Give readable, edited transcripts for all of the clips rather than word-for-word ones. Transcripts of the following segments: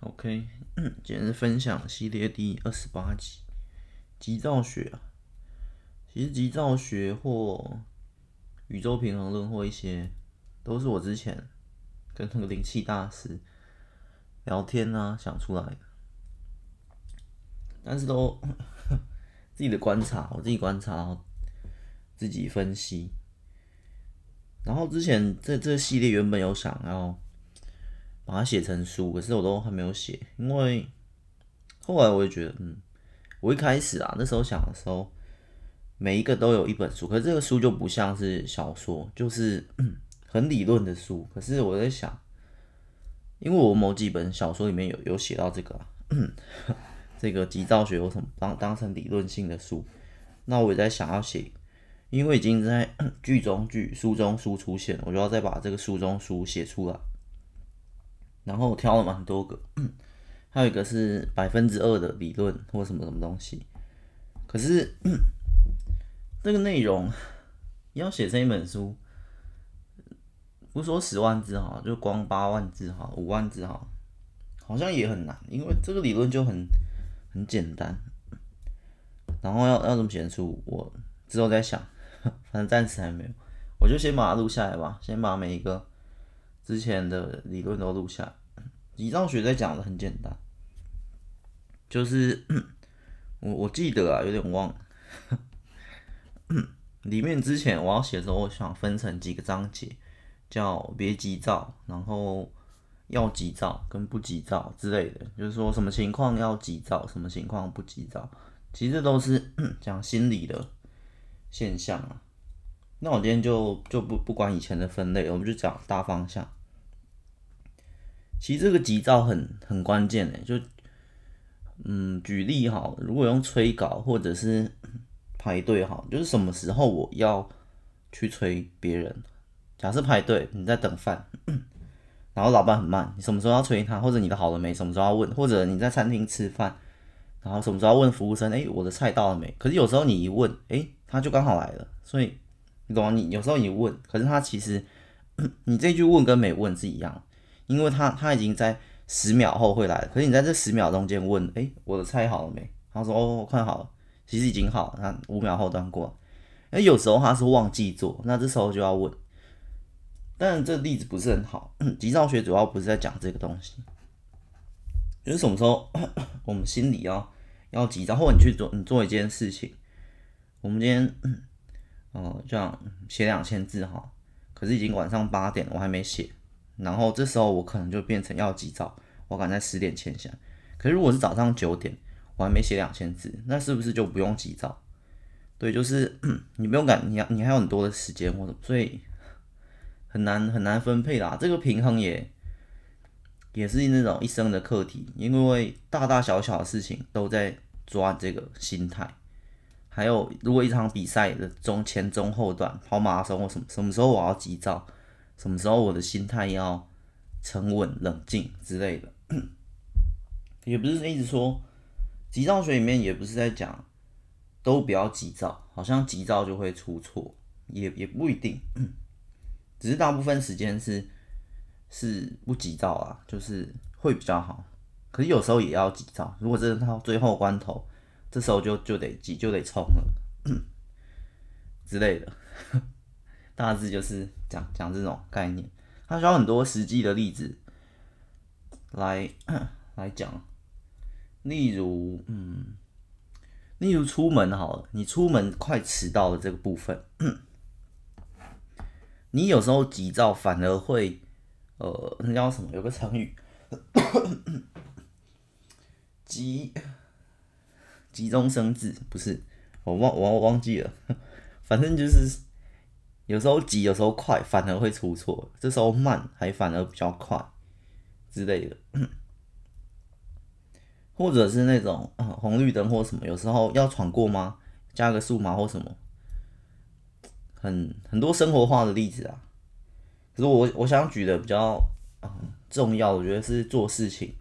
OK，今天是分享系列第28集，极噪学啊。其实极噪学或宇宙平衡论或一些，都是我之前跟那个灵气大师聊天啊想出来的，但是都自己的观察，我自己观察，然后自己分析。然后之前这系列原本有想要把它写成书，可是我都还没有写，因为后来我也觉得，我一开始啊那时候想的时候，每一个都有一本书，可是这个书就不像是小说，就是很理论的书。可是我在想，因为我某几本小说里面有写到这个这个极噪学有什么当成理论性的书，那我也在想要写，因为已经在剧中剧、书中书出现了，我就要再把这个书中书写出来。然后我挑了蛮多个，还有一个是2%的理论或什么什么东西，可是这个内容要写成一本书，不是说10万字哈，就光8万字哈，5万字哈，好像也很难，因为这个理论就很简单。然后要怎么写书，我之后再想，反正暂时还没有，我就先把它录下来吧，先把每一个之前的理论都录下来。极噪学在讲的很简单，就是我记得啊，有点忘了。里面之前我要写的时候，我想分成几个章节，叫别急躁，然后要急躁跟不急躁之类的，就是说什么情况要急躁，什么情况不急躁，其实这都是讲心理的现象啊。那我今天就不管以前的分类，我们就讲大方向。其实这个急躁很关键诶，就举例好，如果用催稿或者是排队好，就是什么时候我要去催别人。假设排队你在等饭，然后老板很慢，你什么时候要催他？或者你的好了没？什么时候要问？或者你在餐厅吃饭，然后什么时候要问服务生？我的菜到了没？可是有时候你一问，他就刚好来了，所以你懂吗？你有时候你问，可是他其实你这句问跟没问是一样，因为他已经在10秒后会来了，可是你在这10秒中间问，我的菜好了没？他说哦，快好了，其实已经好了，他5秒后端过来。有时候他是忘记做，那这时候就要问。但这个例子不是很好，极躁学主要不是在讲这个东西，就是什么时候我们心里要急躁，或者你做一件事情，我们今天这样写2000字哈，可是已经晚上8点了，我还没写，然后这时候我可能就变成要急躁，我赶在10点前下。可是如果是早上9点，我还没写2000字，那是不是就不用急躁？对，就是你不用赶，你还有很多的时间或者，所以很难分配啦。这个平衡也是那种一生的课题，因为大大小小的事情都在抓这个心态。还有，如果一场比赛的前中后段跑马拉松或什么时候我要急躁，什么时候我的心态要沉稳冷静之类的，也不是一直说急躁学里面也不是在讲都不要急躁，好像急躁就会出错，也不一定，只是大部分时间是不急躁啊，就是会比较好。可是有时候也要急躁，如果真的到最后关头，这时候就得急，就得冲了之类的。大致就是讲这种概念，它需要很多实际的例子来来讲。例如出门好了，你出门快迟到的这个部分，你有时候急躁反而会那叫什么？有个成语，急急中生智，不是，我忘记了，反正就是有时候急，有时候快，反而会出错。这时候慢还反而比较快之类的，或者是那种红绿灯或什么，有时候要闯过吗？加个速码或什么，很多生活化的例子啊。可是我想举的比较重要，我觉得是做事情。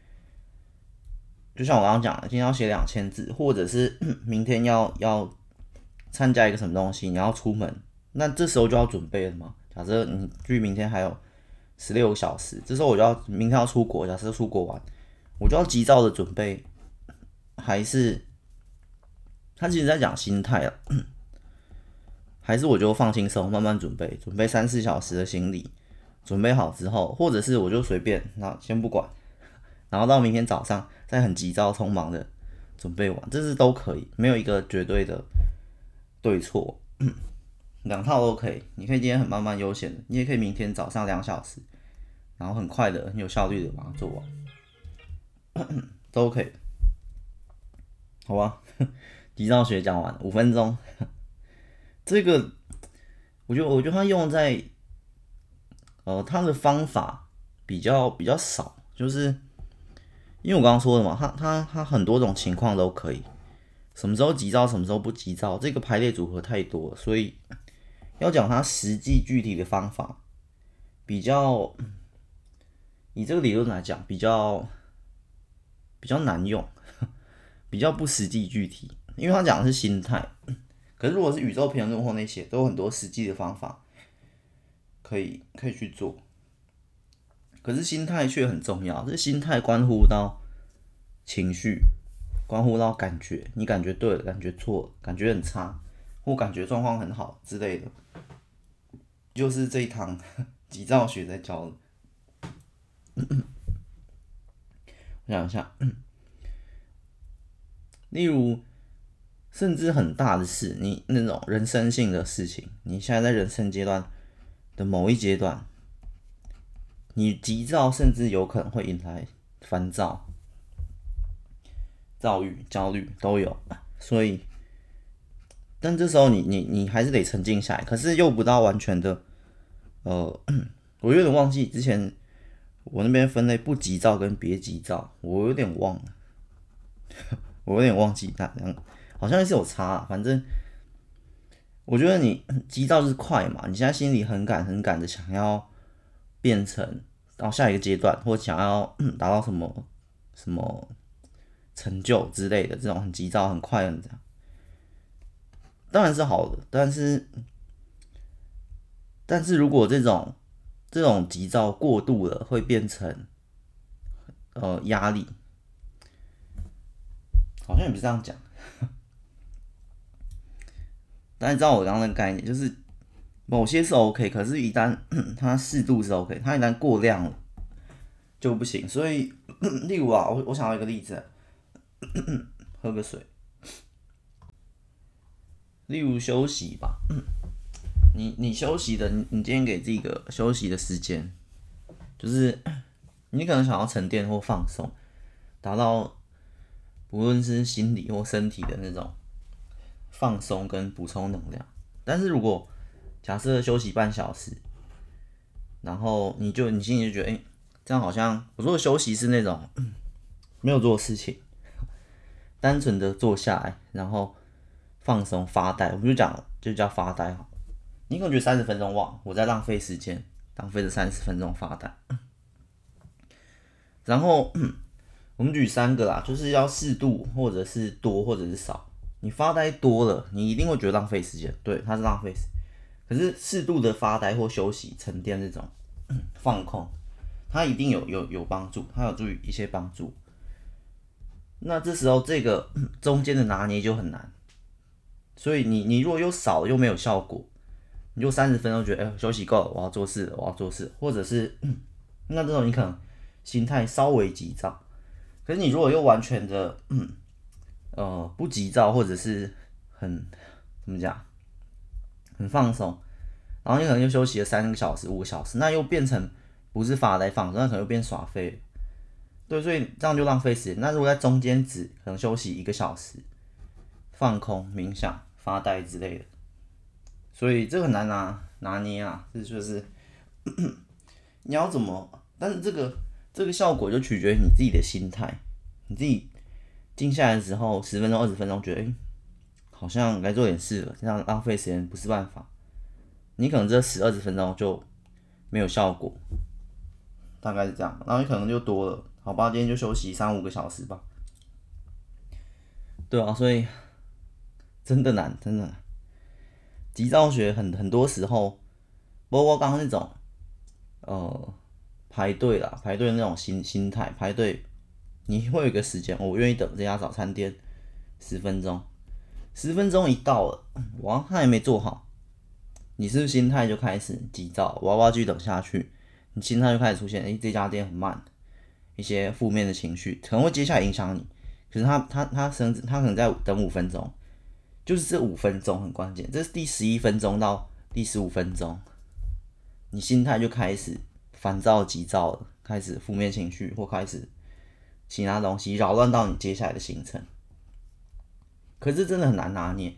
就像我刚刚讲的，今天要写2000字，或者是明天要参加一个什么东西，你要出门，那这时候就要准备了嘛。假设你距明天还有16个小时，这时候我就要明天要出国，假设出国玩， 我就要急躁的准备，还是他其实在讲心态啊，还是我就放轻松，慢慢准备，准备3-4小时的行李，准备好之后，或者是我就随便，那先不管，然后到明天早上再很急躁匆忙的准备完，这是都可以，没有一个绝对的对错，两套都可以。你可以今天很慢慢悠闲的，你也可以明天早上2小时，然后很快的、很有效率的把它做完，都可以。好吧，急躁学讲完5分钟，这个我觉得他用在他的方法比较少，就是因为我刚刚说的嘛，他很多种情况都可以，什么时候急躁，什么时候不急躁，这个排列组合太多了，所以要讲他实际具体的方法，比较以这个理论来讲，比较难用，比较不实际具体，因为他讲的是心态。可是如果是宇宙评论或那些，都有很多实际的方法可以去做。可是心态却很重要，这心态关乎到情绪，关乎到感觉，你感觉对了，感觉错了，感觉很差，或感觉状况很好之类的，就是这一堂急躁学在教的。我想一下，例如甚至很大的事，你那种人生性的事情，你现在在人生阶段的某一阶段，你急躁，甚至有可能会引来烦躁、躁郁、焦虑都有。所以，但这时候你还是得沉静下来，可是又不到完全的，我有点忘记之前我那边分类不急躁跟别急躁，我有点忘了，我有点忘记它好像是有差啊，反正我觉得你急躁就是快嘛，你现在心里很赶的想要变成到下一个阶段，或想要达到什么成就之类的，这种很急躁、很快很这样，当然是好的。但是如果这种急躁过度了，会变成压力，好像也不是这样讲。但是知道我刚刚的概念，就是某些是 OK，可是一旦它适度是 OK，它一旦过量了就不行。所以，例如啊，我想到一个例子，喝个水。例如休息吧，你休息的，你今天给自己一个休息的时间，就是你可能想要沉淀或放松，达到不论是心理或身体的那种放松跟补充能量。但是如果假设休息半小时，然后你心里就觉得，这样好像我说的休息是那种没有做事情，单纯的坐下来，然后放松发呆，我们就叫发呆好。你可能觉得30分钟哇，我在浪费时间，浪费了30分钟发呆。然后我们举3个啦，就是要适度，或者是多，或者是少。你发呆多了，你一定会觉得浪费时间，对，它是浪费时间。可是适度的发呆或休息、沉淀这种放空，它一定有帮助，它有助于一些帮助。那这时候这个中间的拿捏就很难，所以你如果又少又没有效果，你就30分钟觉得休息够了，我要做事了，我要做事，或者是那这种你可能心态稍微急躁，可是你如果又完全的不急躁，或者是很怎么讲很放松，然后你可能又休息了3个小时、5个小时，那又变成不是发呆放松，那可能又变耍废了。对，所以这样就浪费时间。那如果在中间只可能休息1个小时，放空、冥想、发呆之类的，所以这个很难拿捏啊。这就是你要怎么，但是这个效果就取决于你自己的心态。你自己静下来的时候，10分钟、20分钟，觉得好像该做点事了，这样浪费时间不是办法。你可能这10-20分钟就没有效果，大概是这样。然后你可能就多了，好吧，今天就休息3-5个小时吧。对啊，所以真的难，真的难。急躁学很多时候，包括刚刚那种排队啦，排队那种心态，排队你会有一个时间，我愿意等这家早餐店10分钟，10分钟一到了，哇，他还没做好，你是不是心态就开始急躁？我要不要继续等下去？你心态就开始出现，这家店很慢，一些负面的情绪可能会接下来影响你。可是他可能在等5分钟，就是这5分钟很关键，这是第11分钟到第15分钟，你心态就开始烦躁急躁了，开始负面情绪或开始其他东西扰乱到你接下来的行程。可是真的很难拿捏，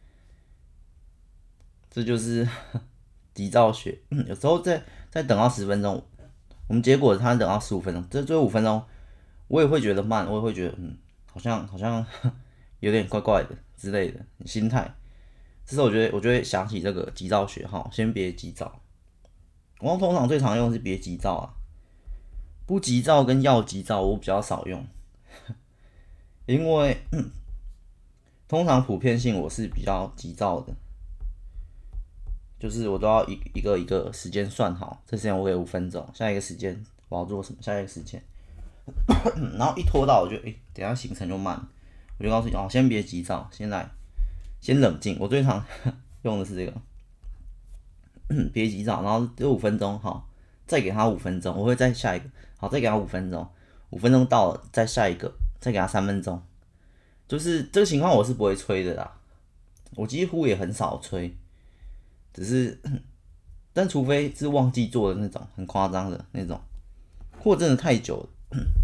这就是急躁学。有时候再等到10分钟，我们结果他等到15分钟，这最后5分钟，我也会觉得慢，我也会觉得好像有点怪怪的之类的心态。这时候我就会想起这个急躁学哈，先别急躁。我通常最常用的是别急躁啊，不急躁跟要急躁我比较少用，因为通常普遍性我是比较急躁的，就是我都要一个时间算好，这时间我给5分钟，下一个时间我要做什么，下一个时间，然后一拖到我就等一下行程就慢，我就告诉你先别急躁，先冷静。我最常用的是这个，别急躁，然后这5分钟好，再给他5分钟，我会再下一个，好，再给他5分钟，5分钟到了，再下一个，再给他3分钟。就是这个情况我是不会催的啦，我几乎也很少催，只是，但除非是忘记做的那种很夸张的那种，或真的太久了，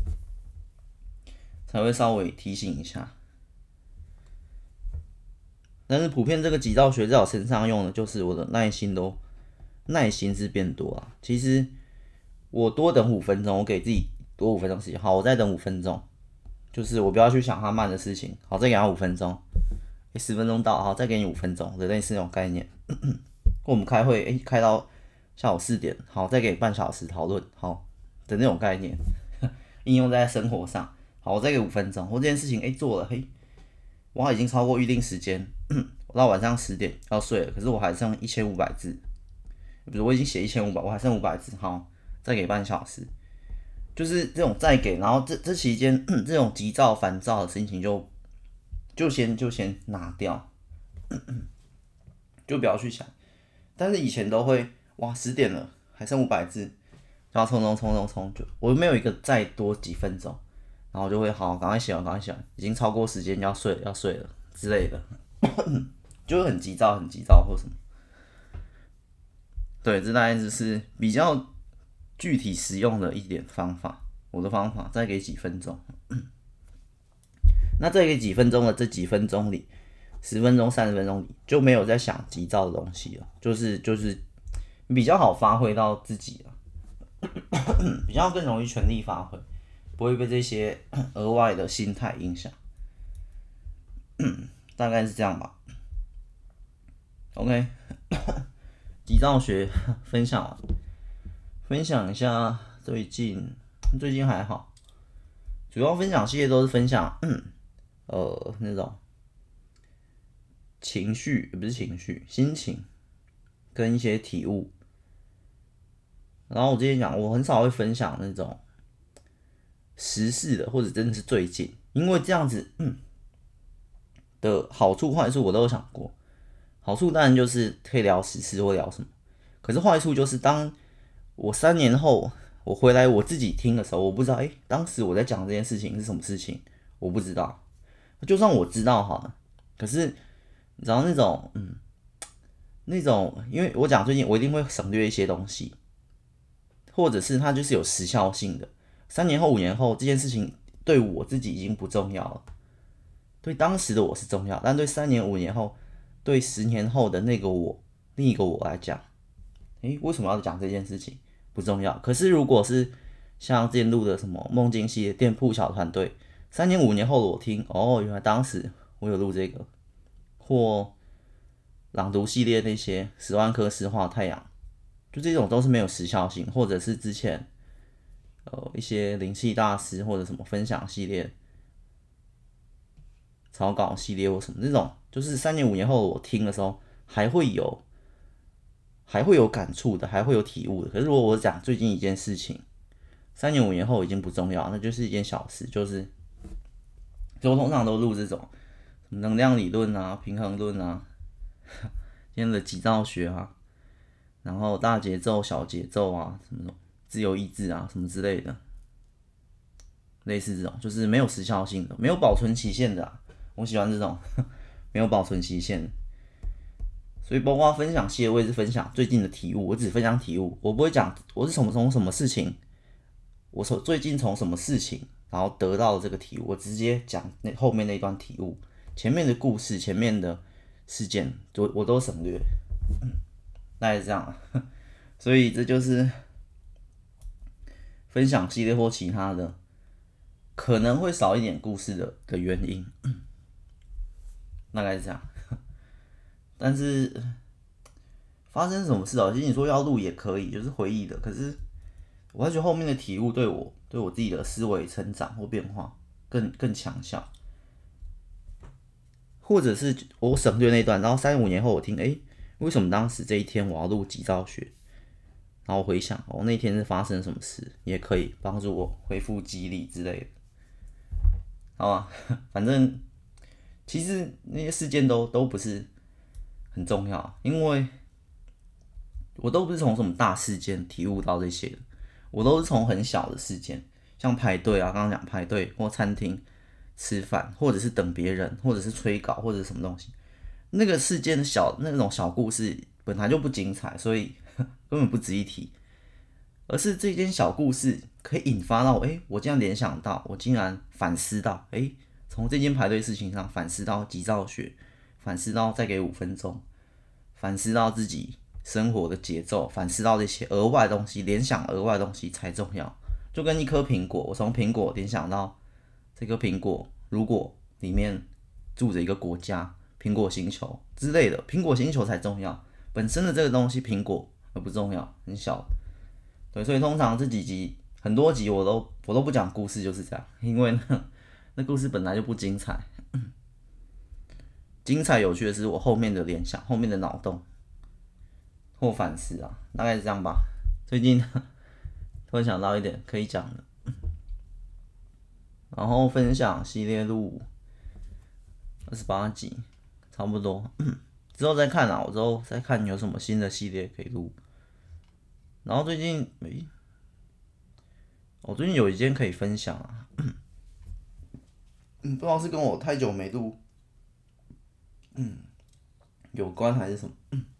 才会稍微提醒一下。但是普遍这个急躁学在我身上用的就是我的耐心是变多了。其实我多等5分钟，我给自己多5分钟时间，好，我再等5分钟，就是我不要去想他慢的事情，好，再给他5分钟，10分钟到，好，再给你5分钟，类似那种概念。或我们开会，开到下午4点，好，再给半小时讨论，好的那种概念，应用在生活上，好，我再给5分钟，我这件事情做了，我已经超过预定时间，我到晚上10点要睡了，可是我还剩1500字，比如我已经写1500，我还剩500字，好，再给半小时，就是这种再给，然后这期间这种急躁烦躁的心情就先拿掉，就不要去想。但是以前都会哇10点了还剩500字，然后冲，就我没有一个再多几分钟，然后就会好赶快写完，已经超过时间要睡了之类的，就很急躁或什么。对，这大概就是比较具体实用的一点方法。我的方法再给几分钟，那再给几分钟的这几分钟里，10分钟、30分钟里就没有在想急躁的东西了，就是比较好发挥到自己了，比较更容易全力发挥，不会被这些额外的心态影响。大概是这样吧。OK， 急躁学分享完，分享一下最近还好，主要分享系列都是分享那种情绪，不是情绪，心情跟一些体悟。然后我之前讲，我很少会分享那种时事的，或者真的是最近，因为这样子的好处坏处我都有想过。好处当然就是可以聊时事或聊什么，可是坏处就是当我3年后我回来我自己听的时候，我不知道当时我在讲这件事情是什么事情，我不知道。就算我知道好了，可是你知道那种，因为我讲最近我一定会省略一些东西，或者是它就是有时效性的。3年后、5年后这件事情对我自己已经不重要了，对当时的我是重要，但对3年、5年后，对10年后的那个我，另一个我来讲，为什么要讲这件事情？不重要。可是如果是像之前录的什么梦境系列、店铺小团队，3年、5年后的我听，原来当时我有录这个，或朗读系列那些10万颗石化太阳，就这种都是没有时效性，或者是之前一些灵气大师或者什么分享系列、草稿系列或什么这种，就是3年、5年后我听的时候还会有感触的，还会有体悟的。可是如果我讲最近一件事情， 3年5年后已经不重要，那就是一件小事。就我通常都录这种能量理论啊、平衡论啊、今天的极造学啊，然后大节奏、小节奏啊，什么自由意志啊，什么之类的，类似这种，就是没有时效性的、没有保存期限的啊。我喜欢这种没有保存期限。所以包括分享系列，我也是分享最近的体悟，我只分享体悟，我不会讲我是从什么事情，我最近从什么事情，然后得到这个体悟，我直接讲后面那段体悟，前面的故事、前面的事件，我都省略，大概是这样啊。所以这就是分享系列或其他的，可能会少一点故事的原因，大概是这样。但是发生什么事啊？其实你说要录也可以，就是回忆的。可是我还觉得后面的体悟对我自己的思维成长或变化更强效，或者是我省略那段，然后3、5年后我听，为什么当时这一天我要录几兆学？然后回想那天是发生什么事，也可以帮助我恢复记忆力之类的，好吧？反正其实那些事件都不是很重要，因为我都不是从什么大事件体悟到这些的，我都是从很小的事件，像排队啊，刚刚讲排队或餐厅吃饭，或者是等别人，或者是催稿，或者是什么东西，那个事件那种小故事本来就不精彩，所以根本不值一提。而是这件小故事可以引发到，我竟然联想到，我竟然反思到，从这件排队事情上反思到急躁学，反思到再给5分钟，反思到自己生活的节奏，反思到这些额外的东西，联想额外的东西才重要。就跟一颗苹果，我从苹果联想到这颗苹果，如果里面住着一个国家，苹果星球之类的，苹果星球才重要。本身的这个东西，苹果而不重要，很小。对，所以通常这几集很多集我都不讲故事，就是这样，因为那故事本来就不精彩。精彩有趣的是我后面的联想、后面的脑洞或反思啊，大概是这样吧。最近突然想到一点可以讲的，然后分享系列录28集，差不多。之后再看啊，我之后再看有什么新的系列可以录。然后最近我最近有一件可以分享啊，不知道是跟我太久没录，有关还是什么？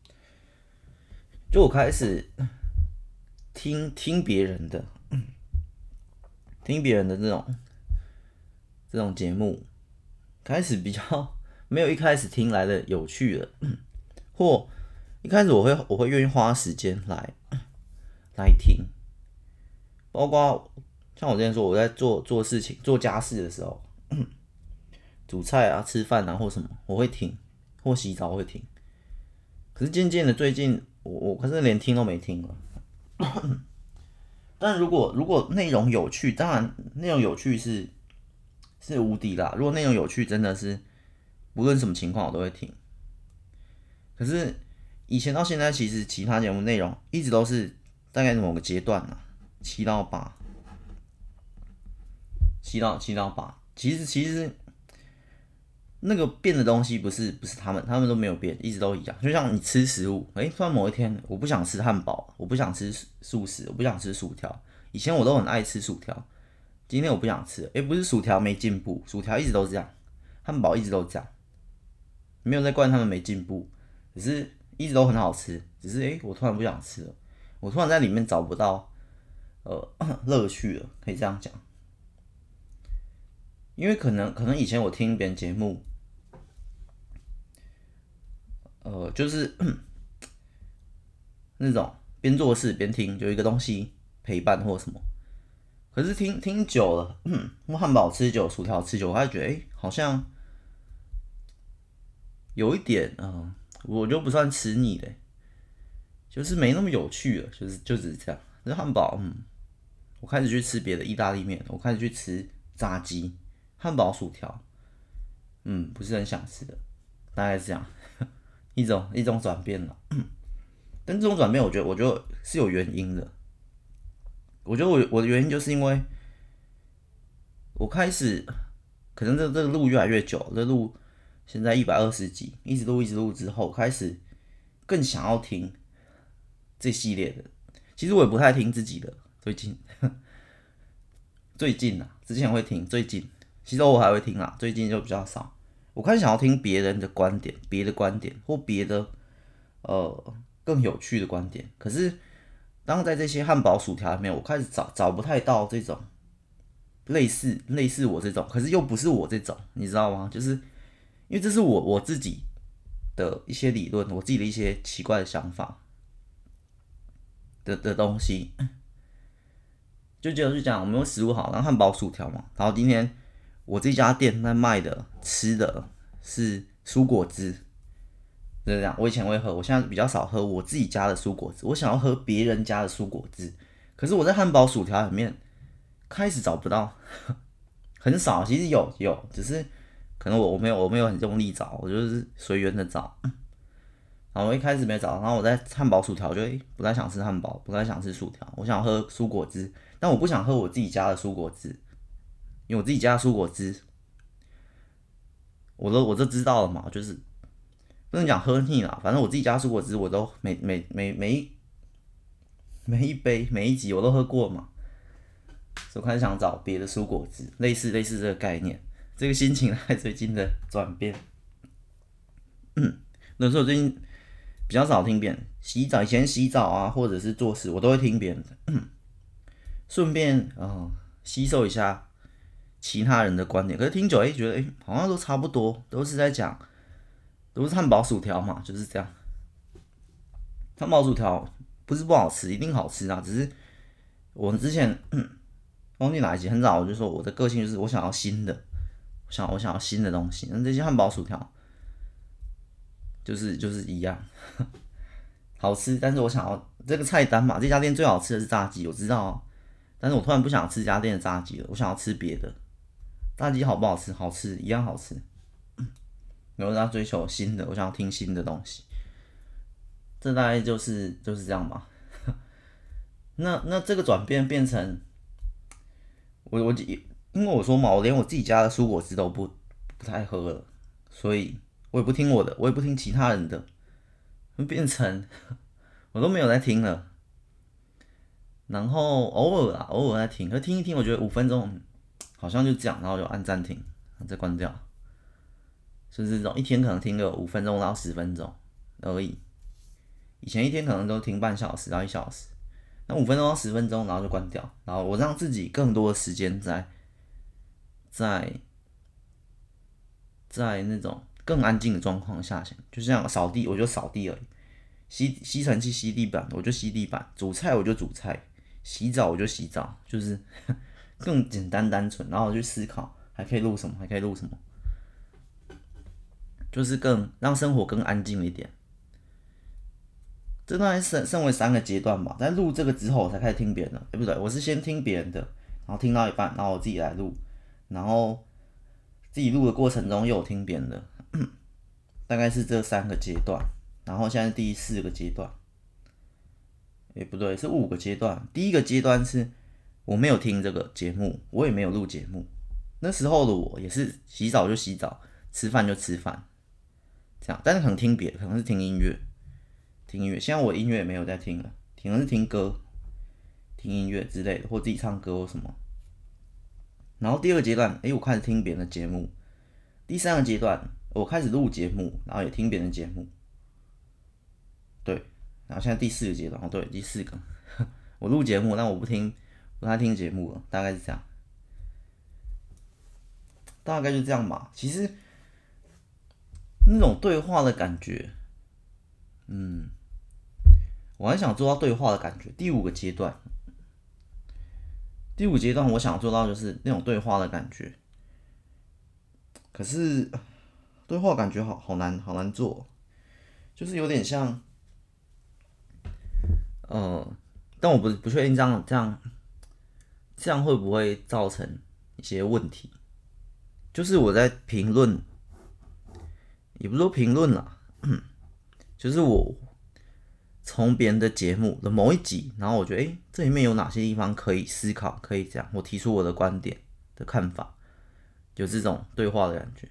就我开始听别人的，听别人的这种节目，开始比较没有一开始听来的有趣了，或一开始我会愿意花时间来听，包括像我之前说我在做事情做家事的时候，煮菜啊、吃饭啊或什么，我会听，或洗澡我会听。可是渐渐的最近我可是连听都没听了。但如果内容有趣，当然内容有趣是无敌啦。如果内容有趣，真的是不论什么情况我都会听。可是以前到现在，其实其他节目内容一直都是大概某个阶段啊，7到8，7到8。其实那个变的东西不是他们都没有变，一直都一样。就像你吃食物，突然某一天我不想吃汉堡，我不想吃素食，我不想吃薯条。以前我都很爱吃薯条，今天我不想吃，不是薯条没进步，薯条一直都这样，汉堡一直都这样，没有在怪他们没进步，只是一直都很好吃，只是我突然不想吃了，我突然在里面找不到乐趣了，可以这样讲。因为可能以前我听别人节目，就是那种边做事边听，有一个东西陪伴或什么。可是听久了，汉堡吃久，薯条吃久，我还觉得好像有一点我就不算吃腻了，就是没那么有趣了，就只是这样。那汉堡，我开始去吃别的意大利面，我开始去吃炸鸡、汉堡、薯条，不是很想吃的，大概是这样，一种转变了。但这种转变，我觉得是有原因的。 我觉得我的原因就是因为我开始可能这个路越来越久，这路现在120集，一直录之后，开始更想要听这系列的。其实我也不太听自己的，最近啊，之前会听，最近其实我还会听啊，最近就比较少。我开始想要听别人的观点，别的观点或别的更有趣的观点。可是当在这些汉堡薯条里面，我开始找不太到这种类似我这种，可是又不是我这种，你知道吗？就是因为这是我自己的一些理论，我自己的一些奇怪的想法的东西，就觉得就讲我们用食物好，然后汉堡薯条嘛，然后今天我这家店在卖的吃的是蔬果汁，就是这样。我以前会喝，我现在比较少喝我自己家的蔬果汁，我想要喝别人家的蔬果汁，可是我在汉堡薯条里面开始找不到，很少，其实有，只是可能我没有很用力找，我就是随缘的找。然后我一开始没找，然后我在汉堡薯条就不太想吃汉堡，不太想吃薯条，我想喝蔬果汁，但我不想喝我自己家的蔬果汁，因为我自己家的蔬果汁，我都知道了嘛，就是不能讲喝腻了，反正我自己家蔬果汁我都每一杯每一集我都喝过嘛，所以我开始想找别的蔬果汁，类似这个概念，这个心情在最近的转变。那时候我最近比较少听别人洗澡，以前洗澡啊，或者是做事，我都会听别人的，顺便吸收一下其他人的观点。可是听久觉得好像都差不多，都是在讲，都是汉堡薯条嘛，就是这样。汉堡薯条不是不好吃，一定好吃啊，只是我之前忘记哪一集很早我就说我的个性就是我想要新的，我想要新的东西。那这些汉堡薯条就是一样。好吃，但是我想要这个菜单嘛，这家店最好吃的是炸鸡，我知道啊，但是我突然不想吃这家店的炸鸡了，我想要吃别的。炸鸡好不好吃？好吃，一样好吃。然后要追求新的，我想要听新的东西，这大概就是这样吧。那这个转变变成因为我说嘛，我连我自己家的蔬果汁都不太喝了，所以我也不听我的，我也不听其他人的，变成我都没有在听了。然后偶尔在听，可听一听，我觉得5分钟好像就这样，然后就按暂停，再关掉，就是这种一天可能听个5分钟到10分钟而已。以前一天可能都听半小时到1小时，那5分钟到10分钟，然后就关掉，然后我让自己更多的时间在那种更安静的状况下，就像扫地，我就扫地而已，吸尘器吸地板，我就吸地板，煮菜我就煮菜，洗澡我就洗澡，就是更简单单纯，然后我去思考还可以录什么，还可以录什么，就是更让生活更安静一点。这大概身为3个阶段吧。在录这个之后，我才开始听别人的。不对，我是先听别人的，然后听到一半，然后我自己来录，然后自己录的过程中又有听别人的，大概是这3个阶段。然后现在是第4个阶段，不对，是5个阶段。第一个阶段是我没有听这个节目，我也没有录节目。那时候的我也是洗澡就洗澡，吃饭就吃饭，这样。但是可能听别的，可能是听音乐。现在我音乐也没有在听了，可能是听歌、听音乐之类的，或自己唱歌或什么。然后第2个阶段，我开始听别人的节目。第3个阶段，我开始录节目，然后也听别人的节目。对，然后现在第4个阶段，对，第4个，我录节目，但我不太听节目了，大概是这样，大概就这样吧。其实那种对话的感觉，我很想做到对话的感觉。第5个阶段，我想做到就是那种对话的感觉。可是对话感觉好难做，就是有点像，但我不确定这样会不会造成一些问题。就是我在评论，也不是说评论啦，就是我从别人的节目的某一集，然后我觉得这里面有哪些地方可以思考，可以这样，我提出我的观点的看法，有这种对话的感觉，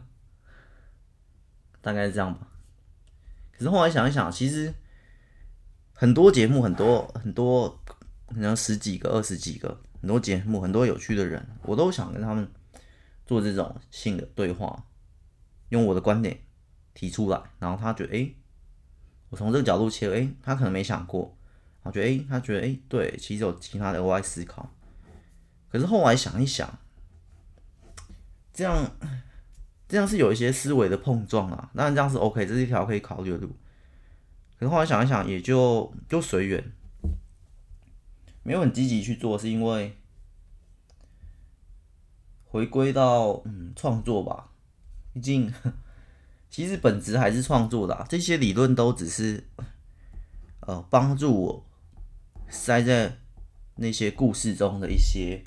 大概是这样吧。可是后来想一想，其实很多节目，很多，可能十几个、20几个，很多节目，很多有趣的人，我都想跟他们做这种性的对话，用我的观点提出来，然后他觉得我从这个角度切入，他可能没想过，我觉得他觉得对，其实有其他的额外思考。可是后来想一想，这样是有一些思维的碰撞啊，当然这样是 OK，这是一条可以考虑的路。可是后来想一想，也就随缘，没有很积极去做，是因为回归到创作吧，毕竟其实本质还是创作的这些理论都只是帮助我塞在那些故事中的一些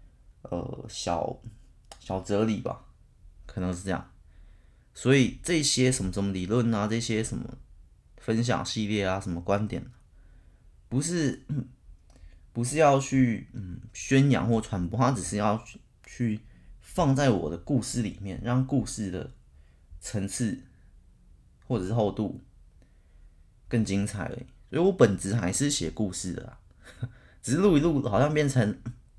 小哲理吧，可能是这样。所以这些什么什么理论啊，这些什么分享系列啊，什么观点，不是要去宣扬或传播，它只是要去放在我的故事里面，让故事的层次或者是厚度更精彩而已。所以我本质还是写故事的只是录一录，好像变成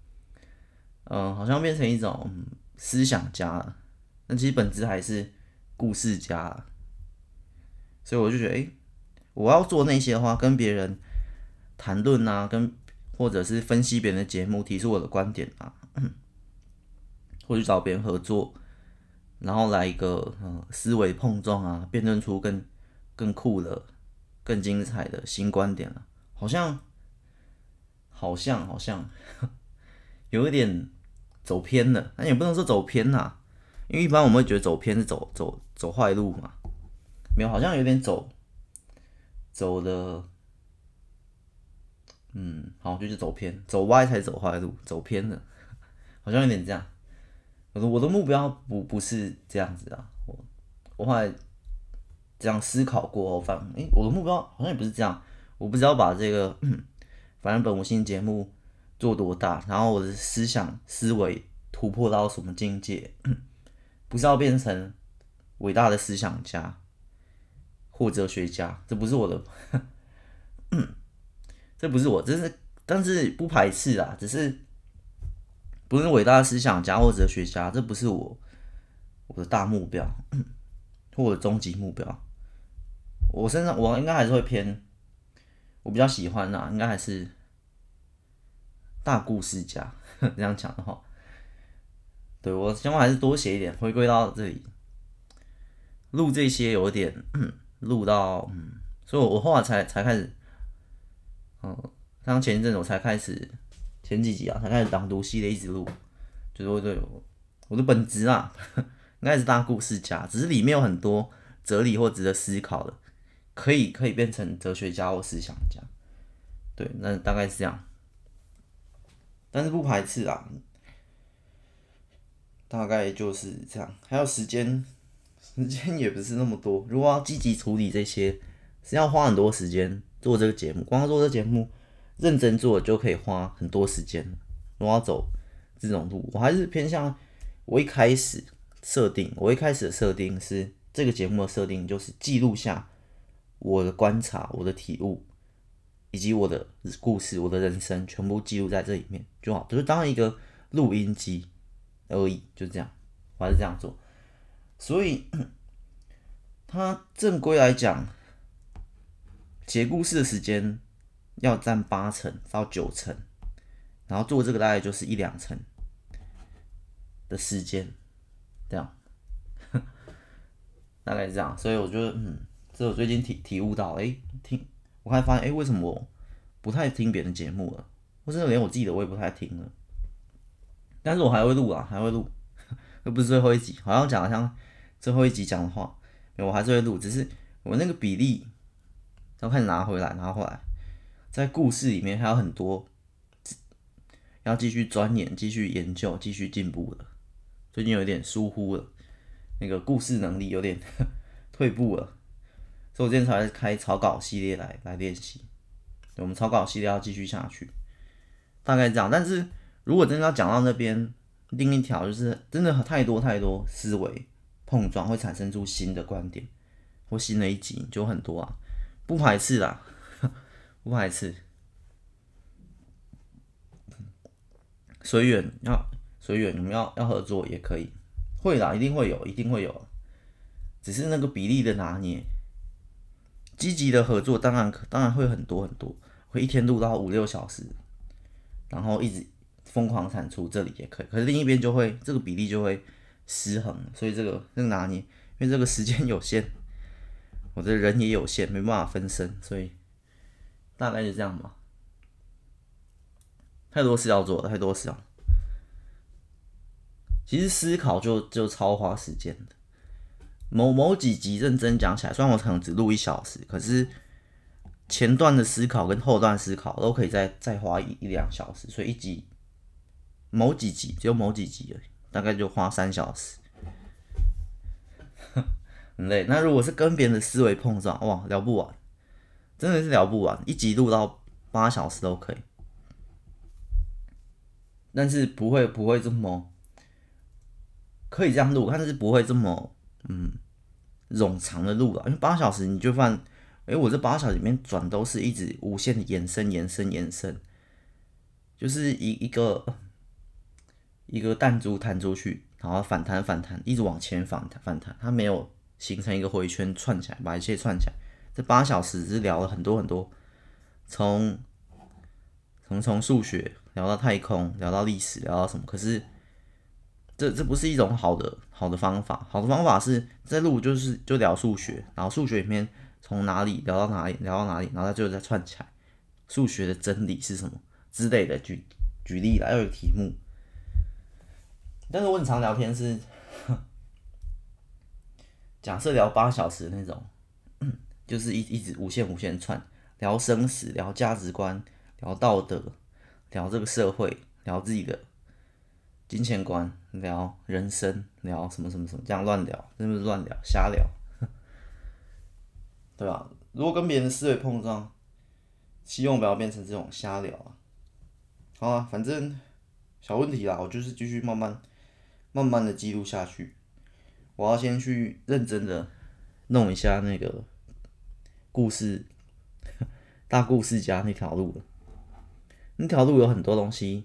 一种思想家了。但其实本质还是故事家啦。所以我就觉得，我要做那些的话，跟别人谈论啊，或者是分析别人的节目，提出我的观点啊，或者找别人合作，然后来一个思维碰撞啊，辩论出更酷的、更精彩的新观点了。好像有一点走偏了，但也不能说走偏啦，因为一般我们会觉得走偏是走坏路嘛，没有，好像有点走的，好，就是走偏，走歪才走坏路，走偏了，好像有点这样。我的目标不是这样子啊，我后来这样思考过后，我的目标好像也不是这样，我不知道把这个反正本无性节目做多大，然后我的思维突破到什么境界，不是要变成伟大的思想家或哲学家，这不是我的，这不是我，但是不排斥啊，只是不是伟大的思想家或哲学家，这不是我的大目标或我的终极目标。我应该还是会偏，我比较喜欢应该还是大故事家这样讲的话，对我希望还是多写一点，回归到这里录这些有点录到所以我后来才开始像前一阵子我才开始前几集才开始朗读系列一直录，就是对我的本质应该是大故事家，只是里面有很多哲理或值得思考的，可以变成哲学家或思想家，对，那大概是这样，但是不排斥大概就是这样。还有时间也不是那么多，如果要积极处理这些，是要花很多时间做这个节目，光做这个节目认真做就可以花很多时间。如果要走这种路，我还是偏向我一开始的设定是这个节目的设定就是记录下我的观察、我的体悟，以及我的故事、我的人生，全部记录在这里面就好，就是当一个录音机而已，就这样，我还是这样做。所以，它正规来讲，写故事的时间要占80%到90%，然后做这个大概就是1-2成的时间，这样，大概是这样。所以我觉得，这我最近体悟到，我还发现，为什么我不太听别人节目了，或者连我自己的我也不太听了。但是我还会录还会录，又不是最后一集，好像讲得像最后一集讲的话，我还是会录，只是我那个比例要开始拿回来，在故事里面还有很多要继续钻研、继续研究、继续进步的。最近有点疏忽了，那个故事能力有点退步了， 所以我之前才会开草稿系列来练习。我们草稿系列要继续下去，大概这样。但是如果真的要讲到那边，另一条就是真的太多思维碰撞，会产生出新的观点或新的一集，就很多啊，不排斥啦，不排斥，随缘随缘，你们要合作也可以，会啦，一定会有，一定会有，只是那个比例的拿捏。积极的合作当然会很多，会一天录到5、6小时，然后一直疯狂产出，这里也可以。可是另一边就会这个比例就会失衡，所以这个拿捏，因为这个时间有限，我的人也有限，没办法分身，所以大概就这样吧。太多事要做了，太多事了。其实思考就超花时间的。某几集认真讲起来，虽然我可能只录1小时，可是前段的思考跟后段思考都可以再花1、2小时，所以一集某几集只有某几集而已，大概就花3小时，很累。那如果是跟别人的思维碰撞，哇，聊不完，真的是聊不完，一集录到8小时都可以，但是不会这么可以这样录，但是不会这么冗长的路了，因为8小时你就发现，我这8小时里面转都是一直无限的延伸，就是一个弹珠弹出去，然后反弹，一直往前反弹，它没有形成一个回圈串起来，把一切串起来。这8小时只是聊了很多，从数学聊到太空，聊到历史，聊到什么，可是这不是一种好的方法。好的方法是在录就聊数学，然后数学里面从哪里聊到哪里，然后再最后再串起来，数学的真理是什么之类的。举例来，要有题目。但是我很常聊天是，假设聊8小时的那种，就是一直无限串，聊生死，聊价值观，聊道德，聊这个社会，聊自己的金钱观，聊人生，聊什么，这样乱聊，真的是乱聊，瞎聊，对吧？如果跟别人的思维碰撞，希望不要变成这种瞎聊啊。好啊，反正小问题啦，我就是继续慢慢的记录下去。我要先去认真的弄一下那个故事大故事家那条路了。那条路有很多东西，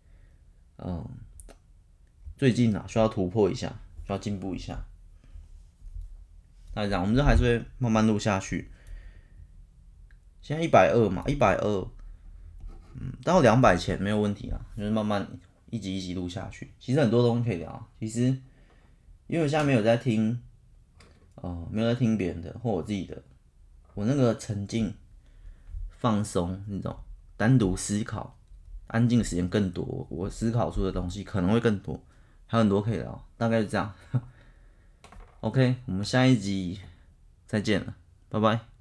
最近需要突破一下，需要进步一下。那这样，我们这还是会慢慢录下去。现在120嘛，120，到200前没有问题啦，就是慢慢一集录下去。其实很多东西可以聊，其实因为我现在没有在听，没有在听别人的或我自己的，我那个沉静、放松那种单独思考、安静的时间更多，我思考出的东西可能会更多，还有很多可以聊，大概是这样。OK， 我们下一集再见了，拜拜。